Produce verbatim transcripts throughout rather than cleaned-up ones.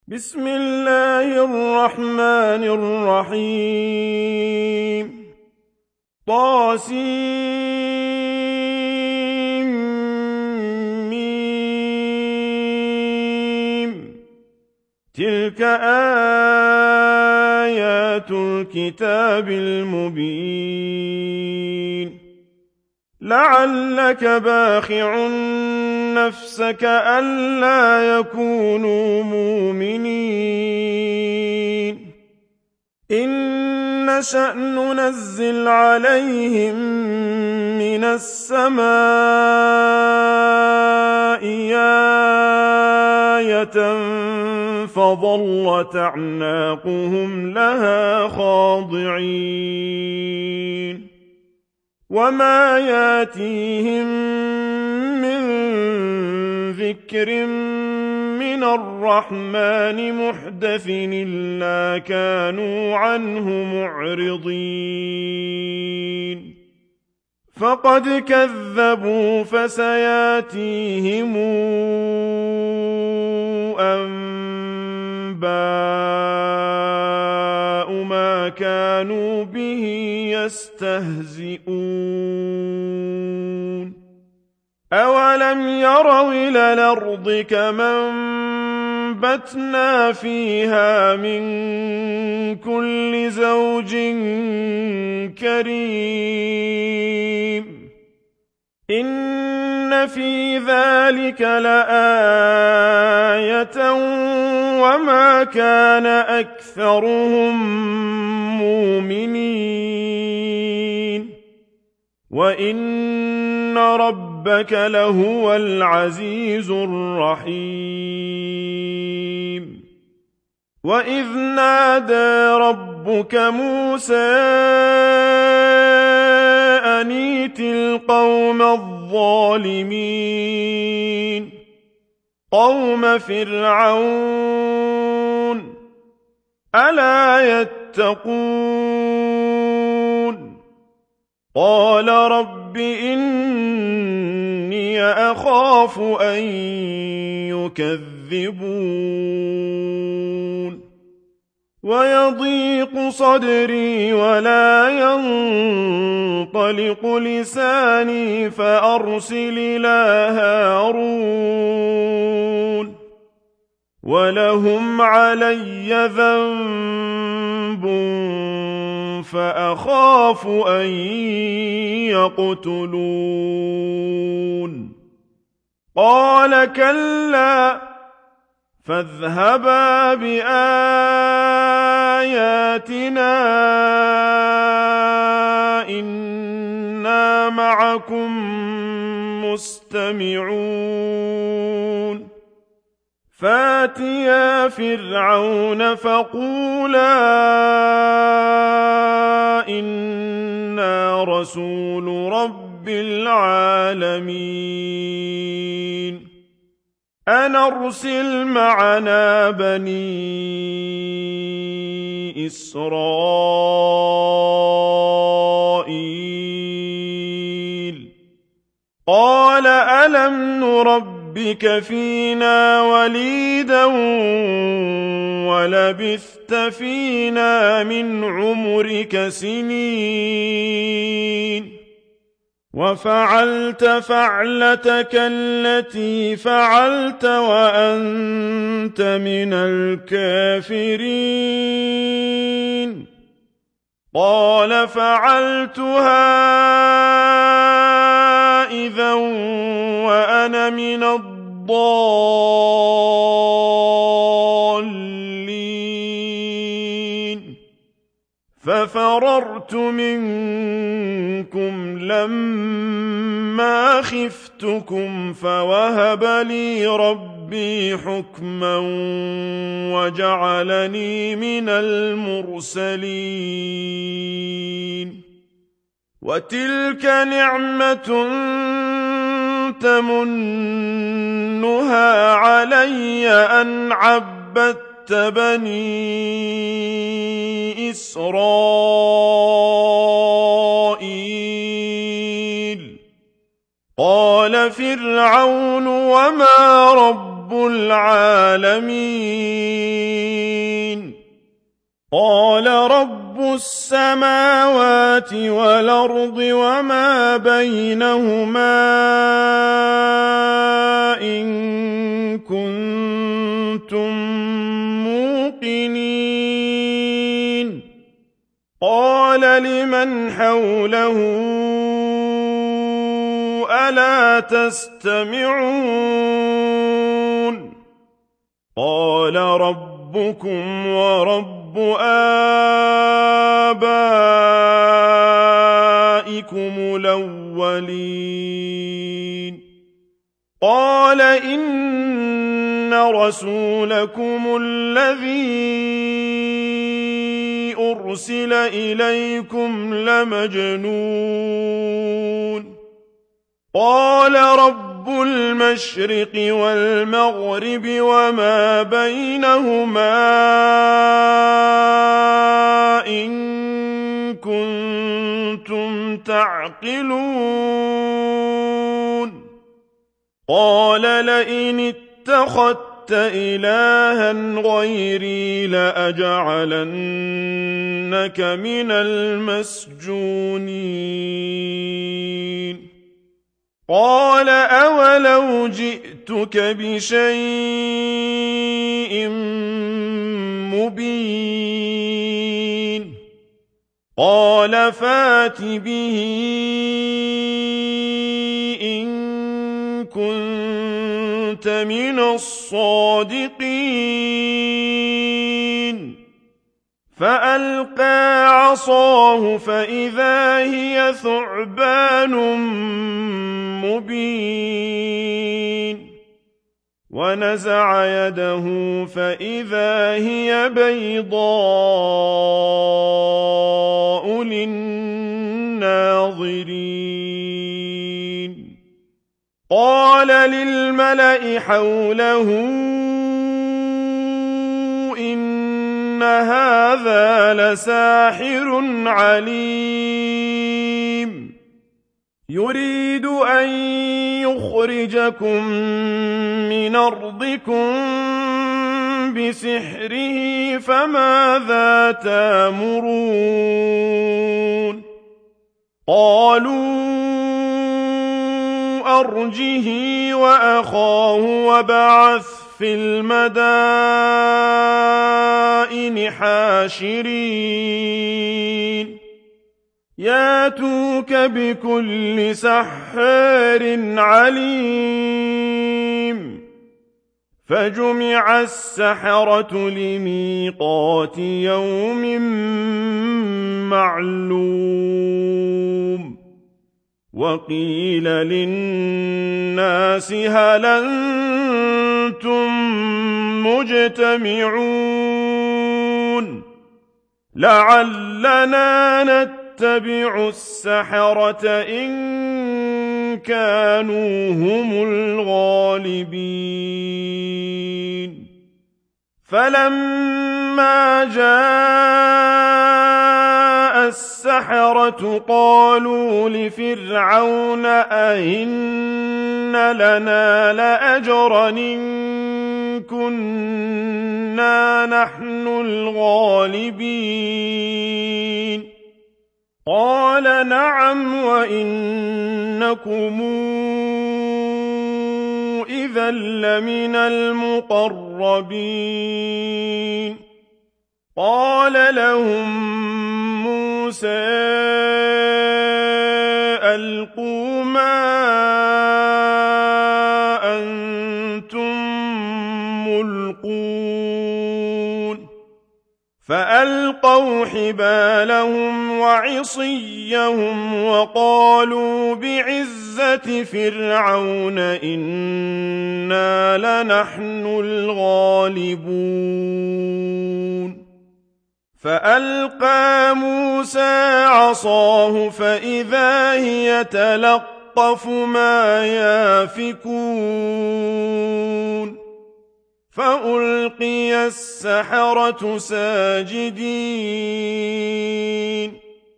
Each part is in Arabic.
بسم الله الرحمن الرحيم طاسيم تلك آيات الكتاب المبين لعلك باخع نفسك ألا يكونوا مؤمنين إن نشأ ننزل عليهم من السماء آية فظلت أعناقهم لها خاضعين وما ياتيهم من ذكر من الرحمن محدث إلا كانوا عنه معرضين فقد كذبوا فسياتيهم أنباء ما كانوا به يستهزئون أولم يروا إلى الأرض كما أنبتنا فيها من كل زوج كريم إن في ذلك لآية وما كان أكثرهم مؤمنين وإن ربك لهو العزيز الرحيم وإذ نادى ربك موسى أن ائت القوم الظالمين قوم فرعون ألا يتقون قال رب إني أخاف أن يكذبون ويضيق صدري ولا ينطلق لساني فأرسل إلى هارون ولهم علي ذنب فأخاف أن يقتلون قال كلا فاذهبا بآياتنا إنا معكم مستمعون فاتيا فرعون فقولا إنا رسول رب العالمين أن أرسل معنا بني إسرائيل قال ألم نربك فينا وليدا ولبثت فينا من عمرك سنين وفعلت فعلتك التي فعلت وأنت من الكافرين قال فعلتها إذا وأنا من الضالين ففررت منكم لما خفتكم فوهب لي ربي حكما وجعلني من المرسلين وتلك نعمة تمنها علي أن عبدت بني إسرائيل قال فرعون وما رب رب العالمين قال رب السماوات والأرض وما بينهما إن كنتم موقنين قال لمن حوله ألا تستمعون قال ربكم ورب آبائكم الأولين قال إن رسولكم الذي أرسل إليكم لمجنون قال رب المشرق والمغرب وما بينهما إن كنتم تعقلون قال لئن اتخذت إلها غيري لأجعلنك من المسجونين قال أولو جئتك بشيء مبين قال فات به إن كنت من الصادقين فألقى عصاه فإذا هي ثعبان مبين ونزع يده فإذا هي بيضاء للناظرين قال للملأ حوله إن هذا لساحر عليم يريد أن يخرجكم من أرضكم بسحره فماذا تأمرون قالوا أرجه وأخاه وابعث في المدائن حاشرين ياتوك بكل سحار عليم فجمع السحرة لميقات يوم معلوم وقيل للناس هل أنتم مجتمعون لعلنا نتبع السحرة إن كانوا هم الغالبين فلما جاء السحرة قالوا لفرعون أئن لنا لأجرا إن كنا نحن الغالبين قال نعم وإنكم إذا لمن المقربين قال لهم موسى ألقوا ما أنتم ملقون فألقوا حبالهم وعصيهم وقالوا بعزة فرعون إنا لنحن الغالبون فألقى موسى عصاه فإذا هي تلقف ما يافكون فألقي السحرة ساجدين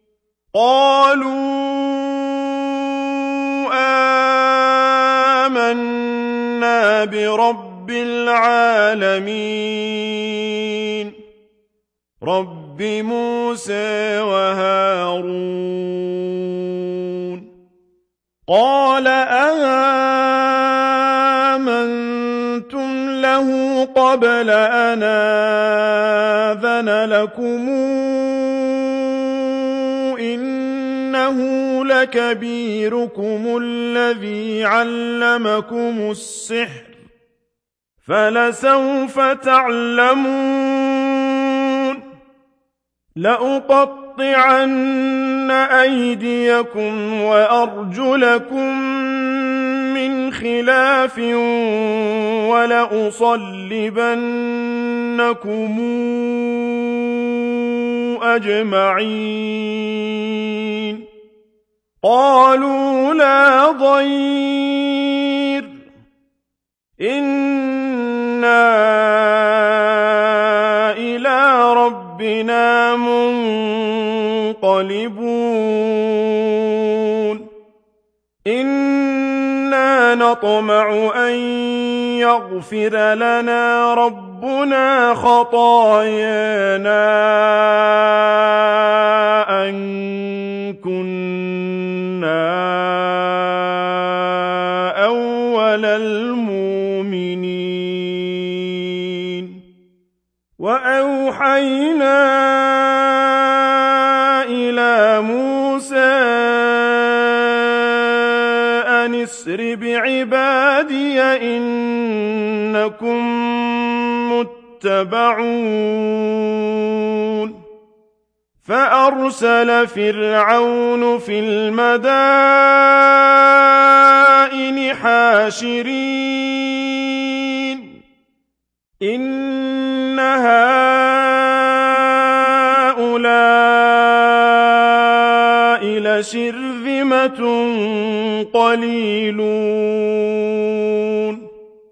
قالوا آمنا برب العالمين رب موسى وهارون قال آمنتم له قبل أن آذن لكم إنه لكبيركم الذي علمكم السحر فلسوف تعلمون لأقطعن أيديكم وأرجلكم من خلاف ولأصلبنكم أجمعين قالوا لا ضير إنا إلى ربنا منقلبون إنا نطمع أن يغفر لنا ربنا خطايانا أن كنا أول المؤمنين وأوحينا إلى موسى أن اسر بعبادي إنكم متبعون فأرسل فرعون في المدائن حاشرين إن هؤلاء لشرذمة قليلون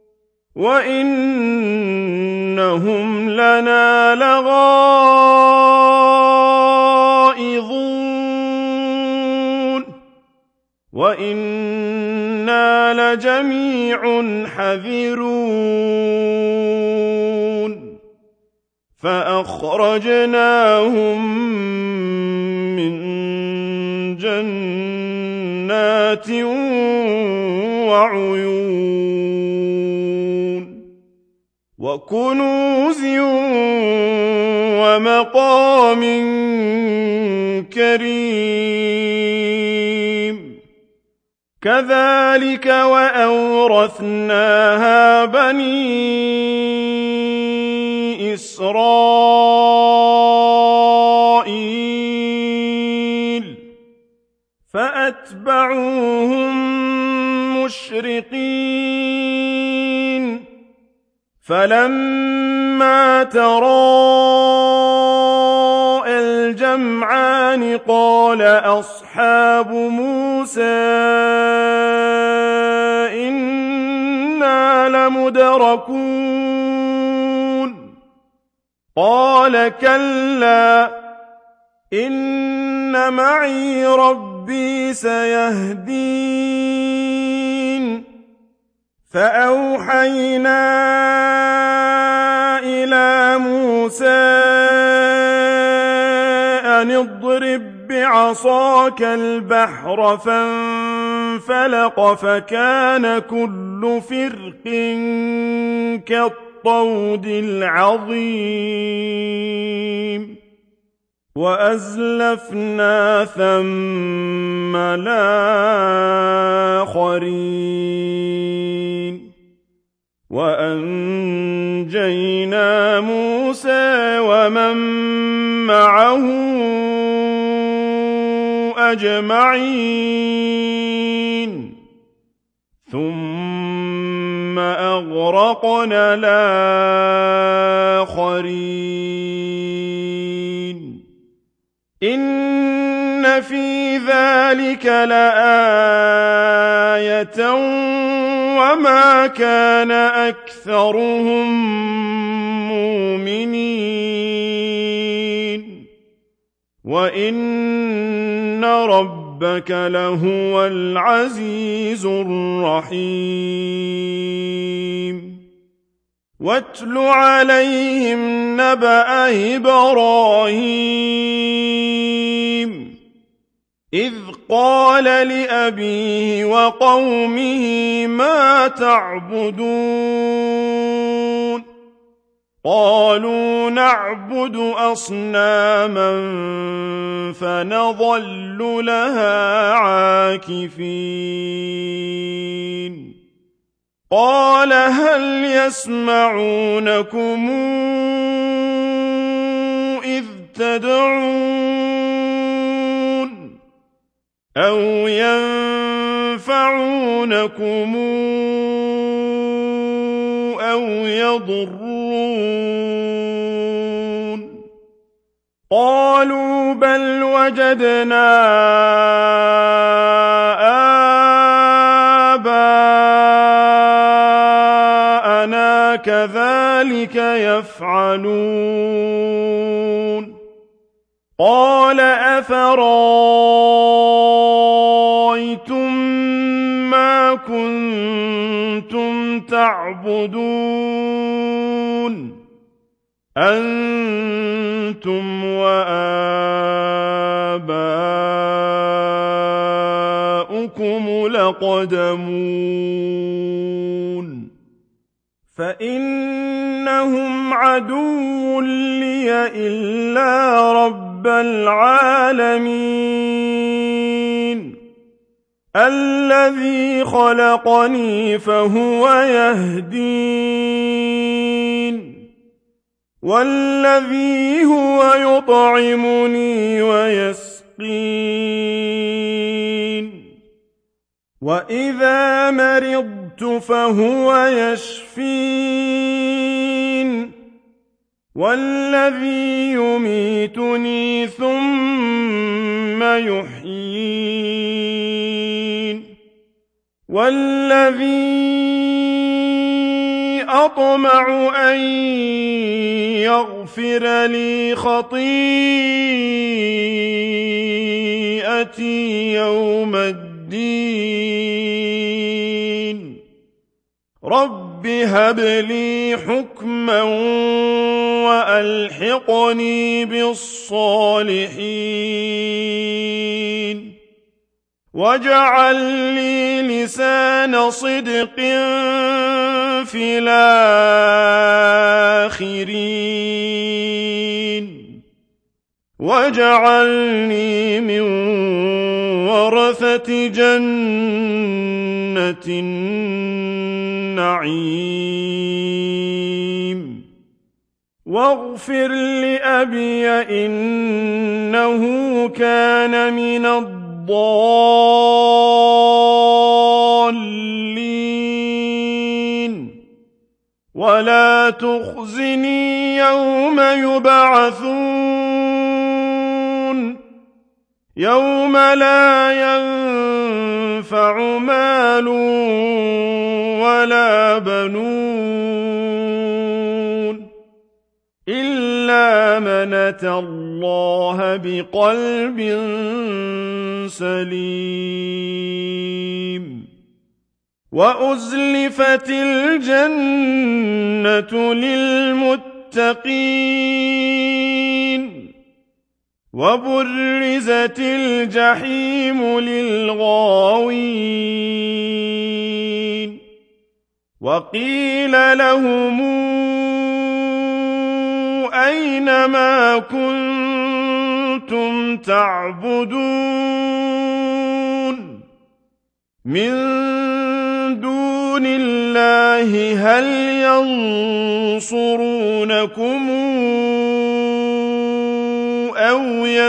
وإنهم لنا لغائظون وإنا لجميع حذرون فأخرجناهم من جنات وعيون وكنوز ومقام كريم كذلك وأورثناها بني إسرائيل فأتبعوهم مشرقين فلما تراءى الجمعان قال أصحاب موسى إنا لمدركون قال كلا إن معي ربي سيهدين فأوحينا إلى موسى أن اضرب بعصاك البحر فانفلق فكان كل فرق كالطود العظيم وأزلفنا ثم الآخرين وأنجينا موسى ومن معه أجمعين ثم أغرقنا الآخرين إن في ذلك لآية وما كان أكثرهم مؤمنين وإن ربك لهو العزيز الرحيم واتل عليهم نبأ إبراهيم إذ قال لأبيه وقومه ما تعبدون قالوا نعبد أصناما فنظل لها عاكفين قال هل يسمعونكم إذ تدعون أو ينفعونكم أو يضرون قالوا بل وجدنا آباءنا كذلك يفعلون قال أفرأيتم ما كنتم تعبدون أنتم وآباؤكم الأقدمون فإنهم عدو لي إلا رب العالمين الذي خلقني فهو يهدين والذي هو يطعمني ويسقين وإذا مرضت فهو يشفين والذي يميتني ثم يحيين والذي أطمع أن يغفر لي خطيئتي يوم الدين رب هب لي حكما وألحقني بالصالحين واجعل لي لسان صدق في الآخرين واجعلني من ورثة جنة النعيم واغفر لأبي إنه كان من الضالين ولا تخزني يوم يبعثون يوم لا ينفع مال ولا بنون إلا من أتى الله بقلب سليم وأزلفت الجنة للمتقين وبرزت الجحيم للغاوين وقيل لهم أين ما كنتم تعبدون من دون الله هل ينصرونكم أو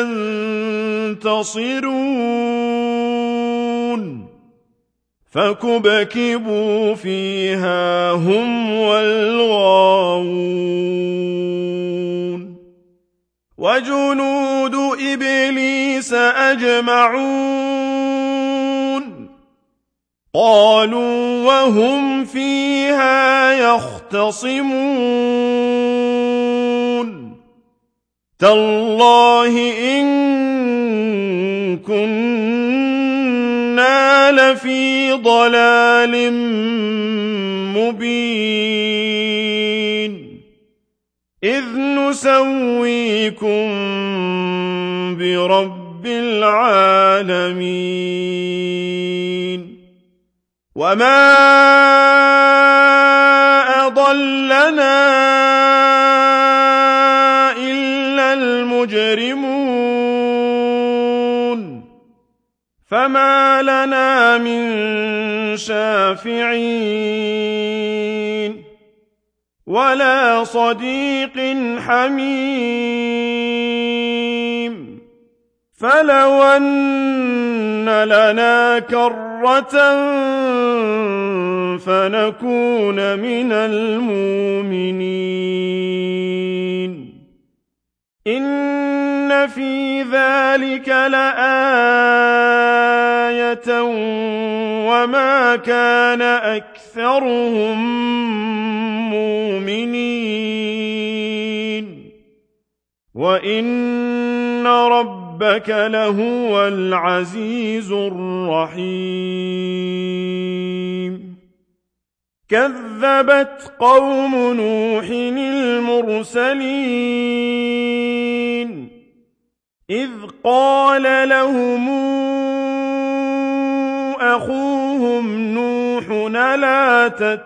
ينتصرون فكبكبوا فيها هم والغاوون وجنود إبليس أجمعون قالوا وهم فيها يختصمون تالله إن كنا لفي ضلال مبين إذ نسويكم برب العالمين وما أضلنا إلا المجرمون فما لنا من شافعين ولا صديق حميم فلو أن لنا كرة فنكون من المؤمنين إن في ذلك لآية وما كان أكثرهم مؤمنين وإن ربك لهو العزيز الرحيم كذبت قوم نوح المرسلين إذ قال لهم أخوهم نوح لا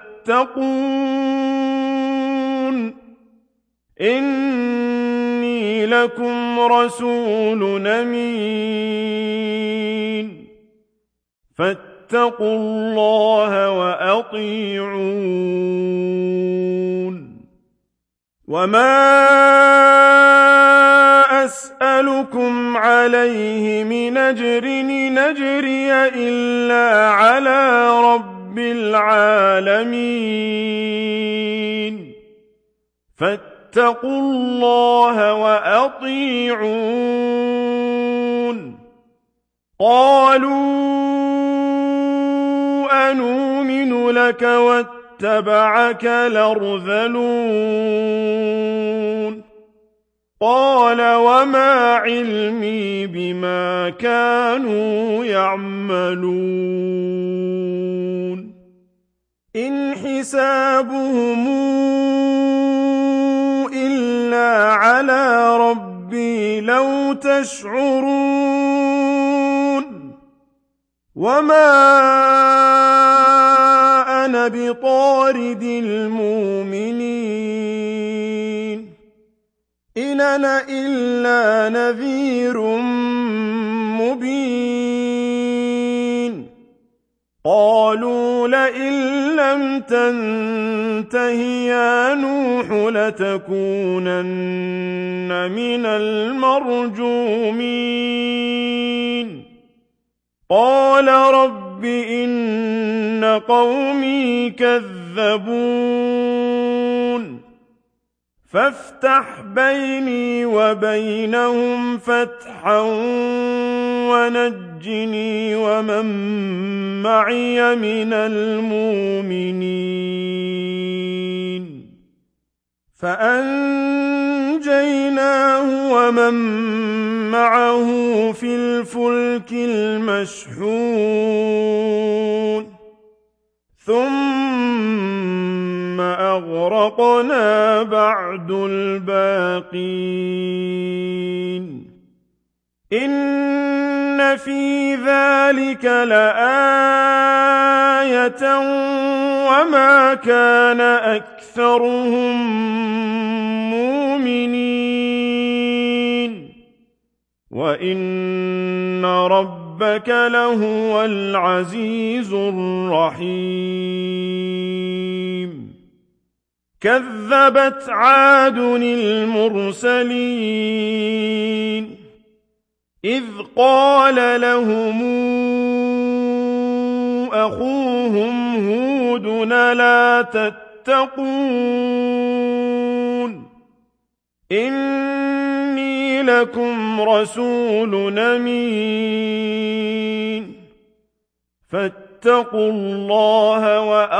تتقون إني لكم رسول أمين فاتقوا الله وأطيعون وما أسألكم عليه من أجر إن أجري إلا على رب العالمين فاتقوا الله وأطيعون قالوا أنؤمن لك واتبعك الأرذلون قال وما علمي بما كانوا يعملون إن حسابهم إلا على ربي لو تشعرون وما أنا بطارد المؤمنين إن أنا إلا نذير مبين قالوا لئن لم تنته يا نوح لتكونن من المرجومين قال رب إن قومي كذبون فافتح بيني وبينهم فتحا ونجني ومن معي من المؤمنين فأنجيناه ومن معه في الفلك المشحون ثم أغرقنا بعد الباقين إن في ذلك لآية وما كان أكثرهم مؤمنين وإن ربك لهو العزيز الرحيم كذبت عاد المرسلين إذ قال لهم أخوهم هود لا تتقون إني لكم رسول أمين فاتقوا الله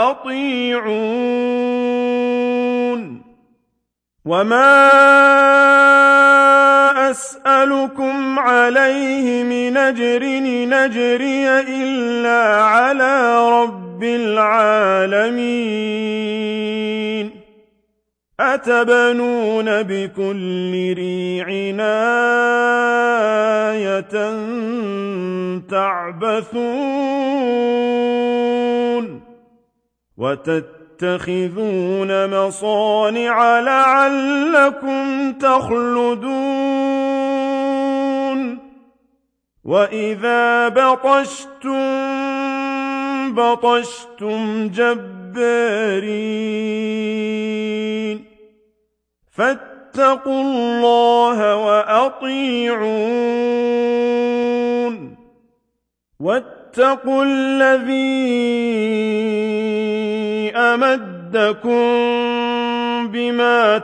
وأطيعون وما أسألكم عليه من أجر إن أجري إلا على رب العالمين أتبنون بكل ريع آية تعبثون وتتخذون مصانع لعلكم تخلدون وإذا بطشتم بطشتم جبارين فاتقوا الله وأطيعون واتقوا الذي أمدكم بما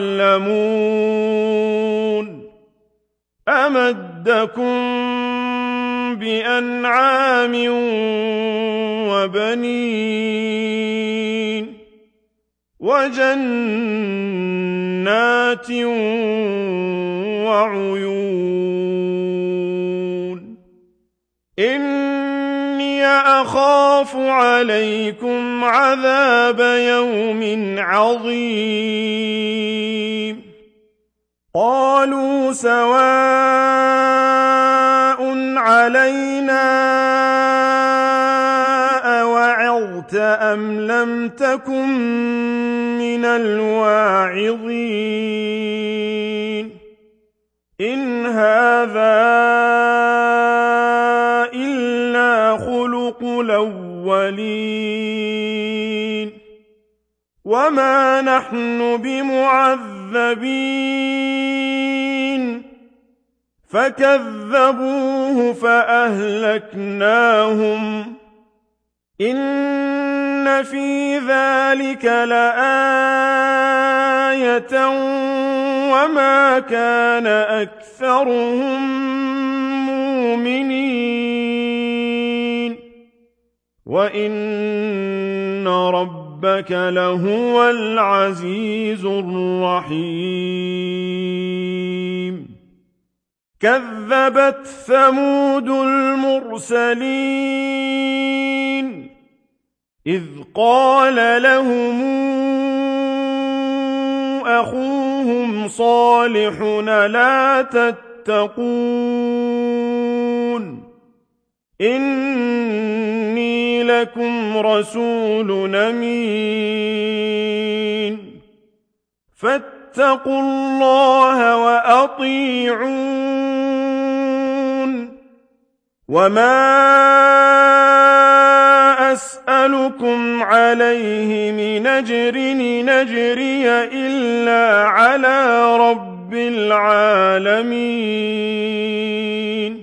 تعلمون أمدكم بأنعام وبنين وجنات وعيون إني أخاف عليكم عذاب يوم عظيم قالوا سواء علينا أوعظت أم لم تكن من الواعظين إن هذا إلا خلق الأولين وما نحن بمعذبين فكذبوه فأهلكناهم إن في ذلك لآية وما كان أكثرهم مؤمنين وإن ربك لهو العزيز الرحيم كذبت ثمود المرسلين إذ قال لهم أخوهم صالح لا تتقون إني لكم رسول أمين فاتقوا الله وأطيعون وما أسألكم عليه من أجر نجري إلا على رب العالمين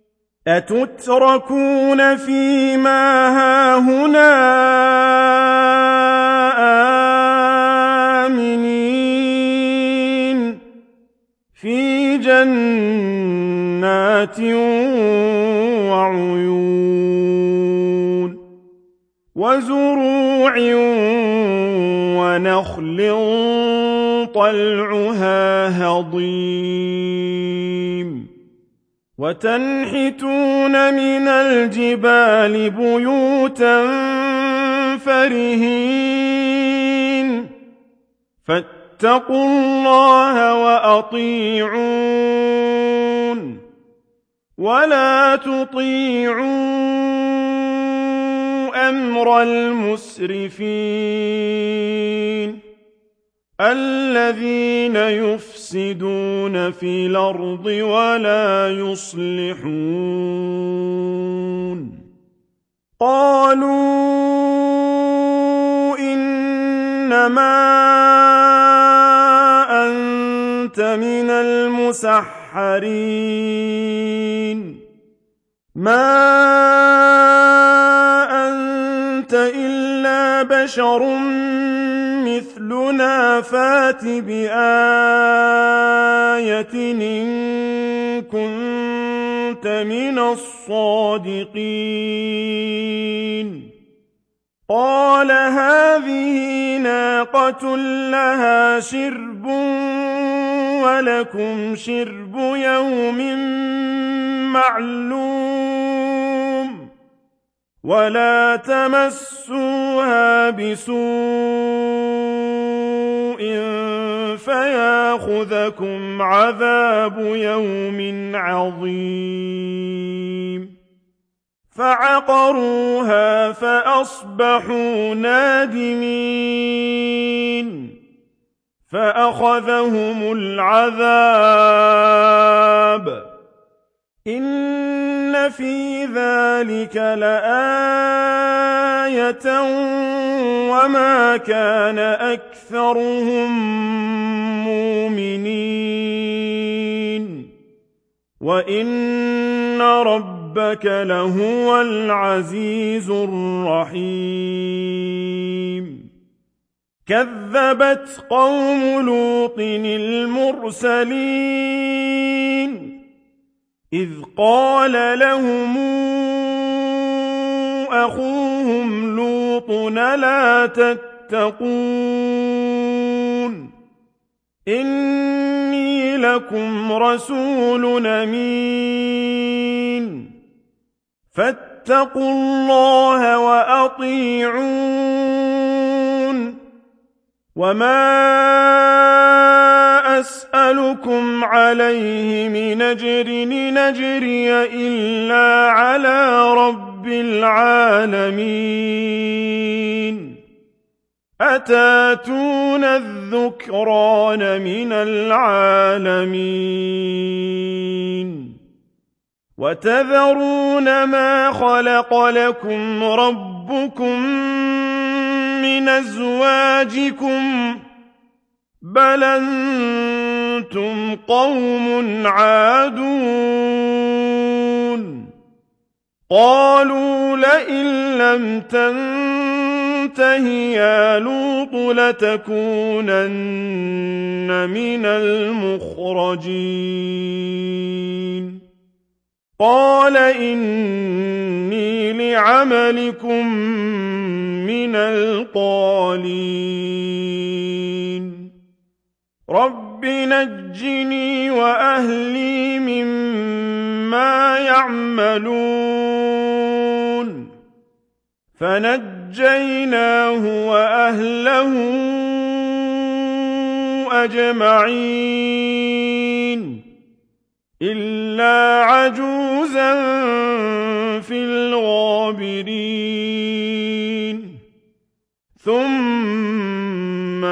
أتتركون فيما هاهنا آمنين في جنات وعيون وزروع ونخل طلعها هضيم وتنحتون من الجبال بيوتا فرهين فاتقوا الله وأطيعون ولا تطيعوا أمر المسرفين الذين يفسدون في الأرض ولا يصلحون قالوا إنما أنت من المسحرين ما أنت إلا بشر مثلنا فات بآية إن كنت من الصادقين قال هذه ناقة لها شرب ولكم شرب يوم معلوم ولا تمسوها بسوء فياخذكم عذاب يوم عظيم فعقروها فأصبحوا نادمين فأخذهم العذاب إن في ذلك لآية وما كان أكثرهم مؤمنين وإن ربك لهو العزيز الرحيم كذبت قوم لوط المرسلين إذ قال لهم أخوهم لوط ألا تتقون إني لكم رسول أمين فاتقوا الله وأطيعون وما أسألكم عليه من أجر إن أجري إلا على رب العالمين أتاتون الذكران من العالمين وتذرون ما خلق لكم ربكم من أزواجكم بل أنتم قوم عادون قالوا لئن لم تنته يا لوط لتكونن من المخرجين قال إني لعملكم من القالين رب نجني وأهلي مما يعملون فنجيناه وأهله أجمعين إلا عجوزا في الغابرين ثم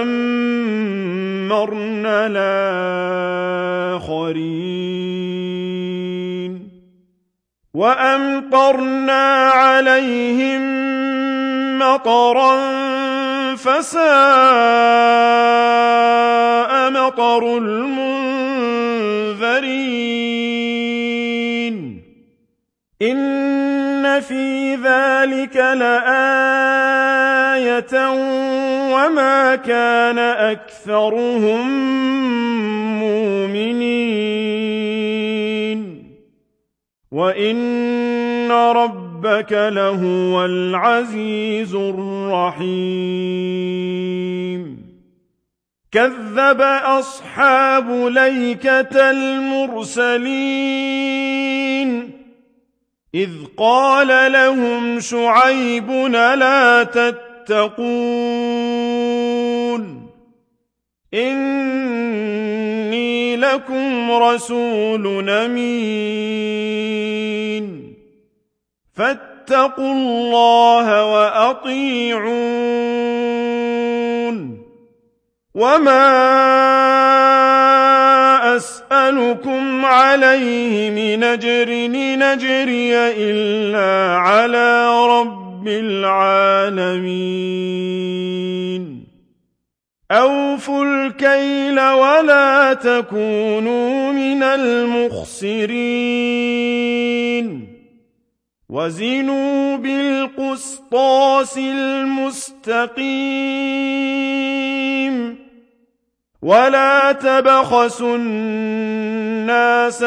دمرنا الآخرين وأمطرنا عليهم مطرا فساء مطر المنذرين إن في ذلك لآية وما كان أكثرهم مؤمنين وإن ربك لهو العزيز الرحيم كذب أصحاب ليكة المرسلين إذ قال لهم شعيب ألا تتقون إني لكم رسول أمين فاتقوا الله وأطيعون وما أسألكم عليه من أجر إن أجري إلا على رب العالمين أوفوا الكيل ولا تكونوا من المخسرين وزنوا بالقسطاس المستقيم ولا تبخسوا الناس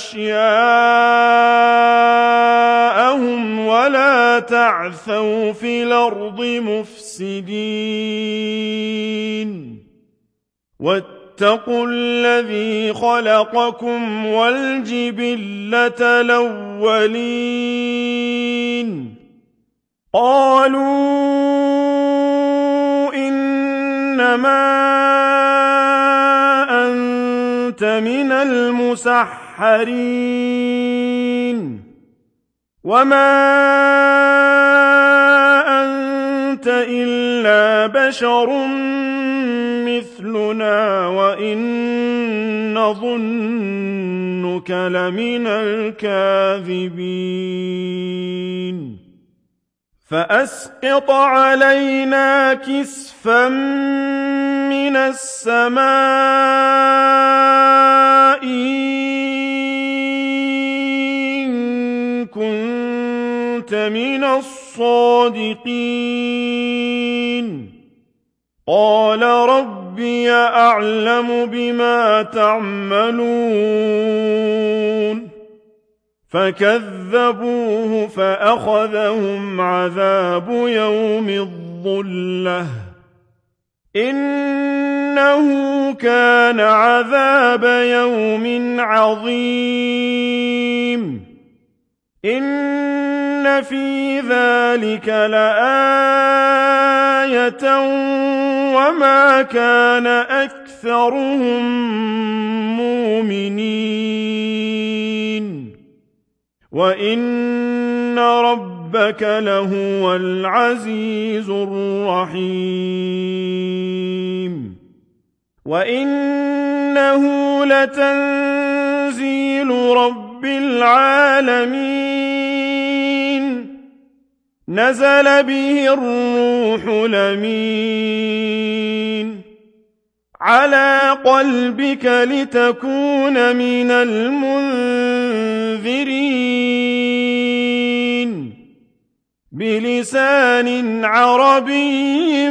أشياءهم ولا تعثوا في الأرض مفسدين واتقوا الذي خلقكم والجبلة الأولين قالوا إنما إنما أنت من المسحرين وما أنت إلا بشر مثلنا وإن نظنك لمن الكاذبين فأسقط علينا كسفا من السماء إن كنت من الصادقين قال ربي أعلم بما تعملون فكذبوه فأخذهم عذاب يوم الظلة إنه كان عذاب يوم عظيم إن في ذلك لآية وما كان أكثرهم مؤمنين وإن ربك لهو العزيز الرحيم وإنه لتنزيل رب العالمين نزل به الروح الأمين على قلبك لتكون من المنذرين بلسان عربي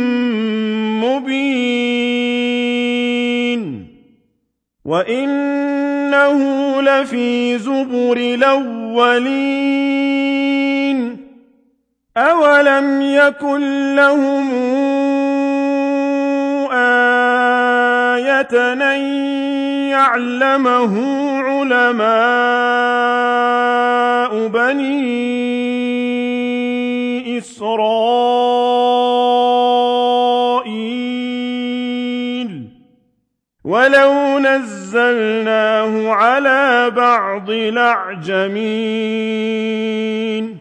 مبين وإنه لفي زبر الأولين أولم يكن لهم آية أن يعلمه علماء بني إسرائيل ولو نزلناه على بعض الأعجمين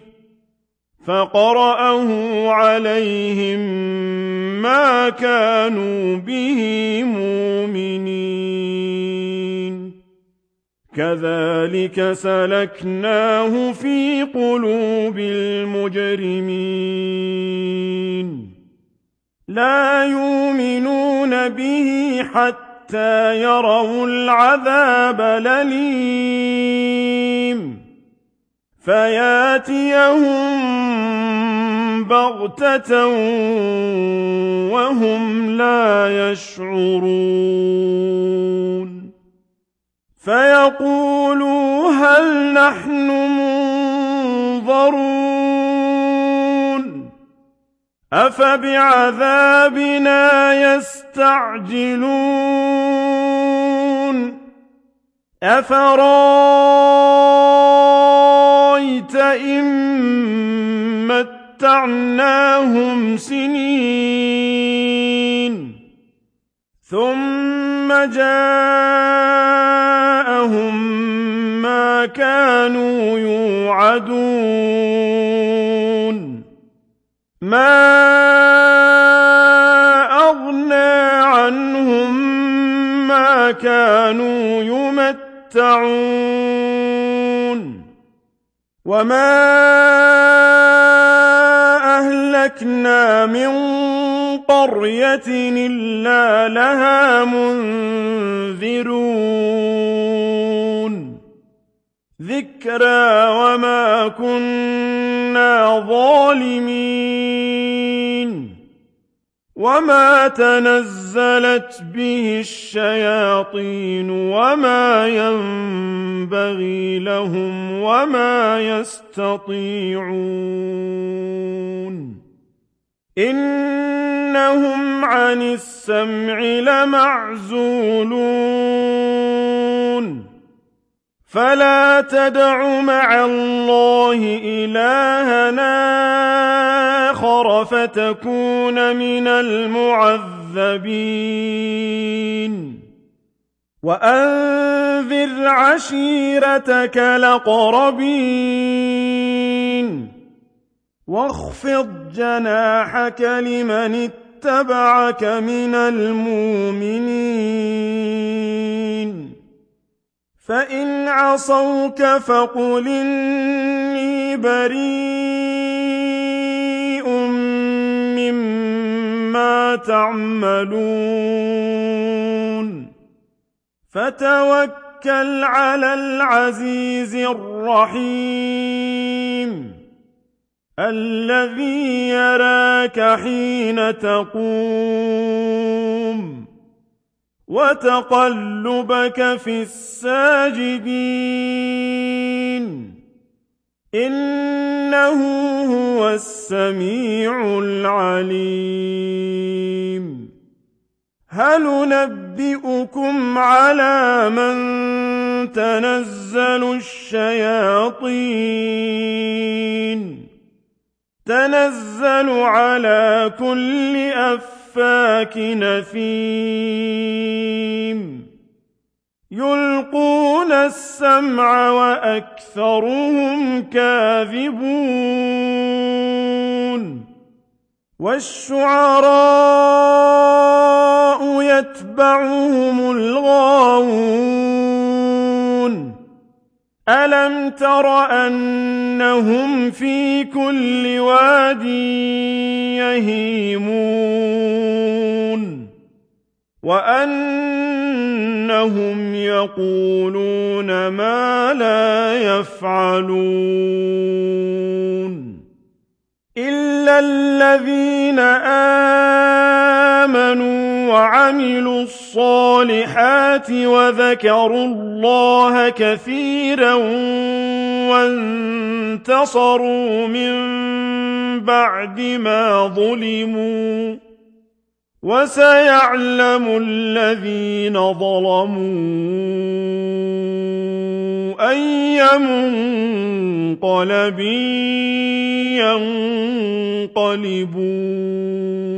فقرأه عليهم ما كانوا به مؤمنين كذلك سلكناه في قلوب المجرمين لا يؤمنون به حتى يروا العذاب الأليم فياتيهم بغتة وهم لا يشعرون فيقولوا هل نحن منظرون أفبعذابنا يستعجلون أفرأيت إن متعناهم سنين ثم جاءهم ما كانوا يوعدون ما أغنى عنهم ما كانوا يمتعون وما أهلكنا من قرية إلا لها منذرون ذكرى وما كنا ظالمين وما تنزلت به الشياطين وما ينبغي لهم وما يستطيعون إنهم عن السمع لمعزولون فلا تدع مع الله إلها آخر فتكون من المعذبين المعذبين وأنذر عشيرتك الأقربين واخفض جناحك لمن اتبعك من المؤمنين فإن عصوك فقل إني بريء مما تعملون فتوكل على العزيز الرحيم الذي يراك حين تقوم وتقلبك في الساجدين إنه هو السميع العليم هل ننبئكم على من تنزل الشياطين تنزل على كل أفاك نثيم يلقون السمع وأكثرهم كاذبون والشعراء يتبعهم الغاوون ألم تر أنهم في كل واد يهيمون وأنهم يقولون ما لا يفعلون إلا الذين آمنوا وعملوا الصالحات وذكروا الله كثيرا وانتصروا من بعد ما ظلموا وسيعلم الذين ظلموا أي منقلب ينقلبون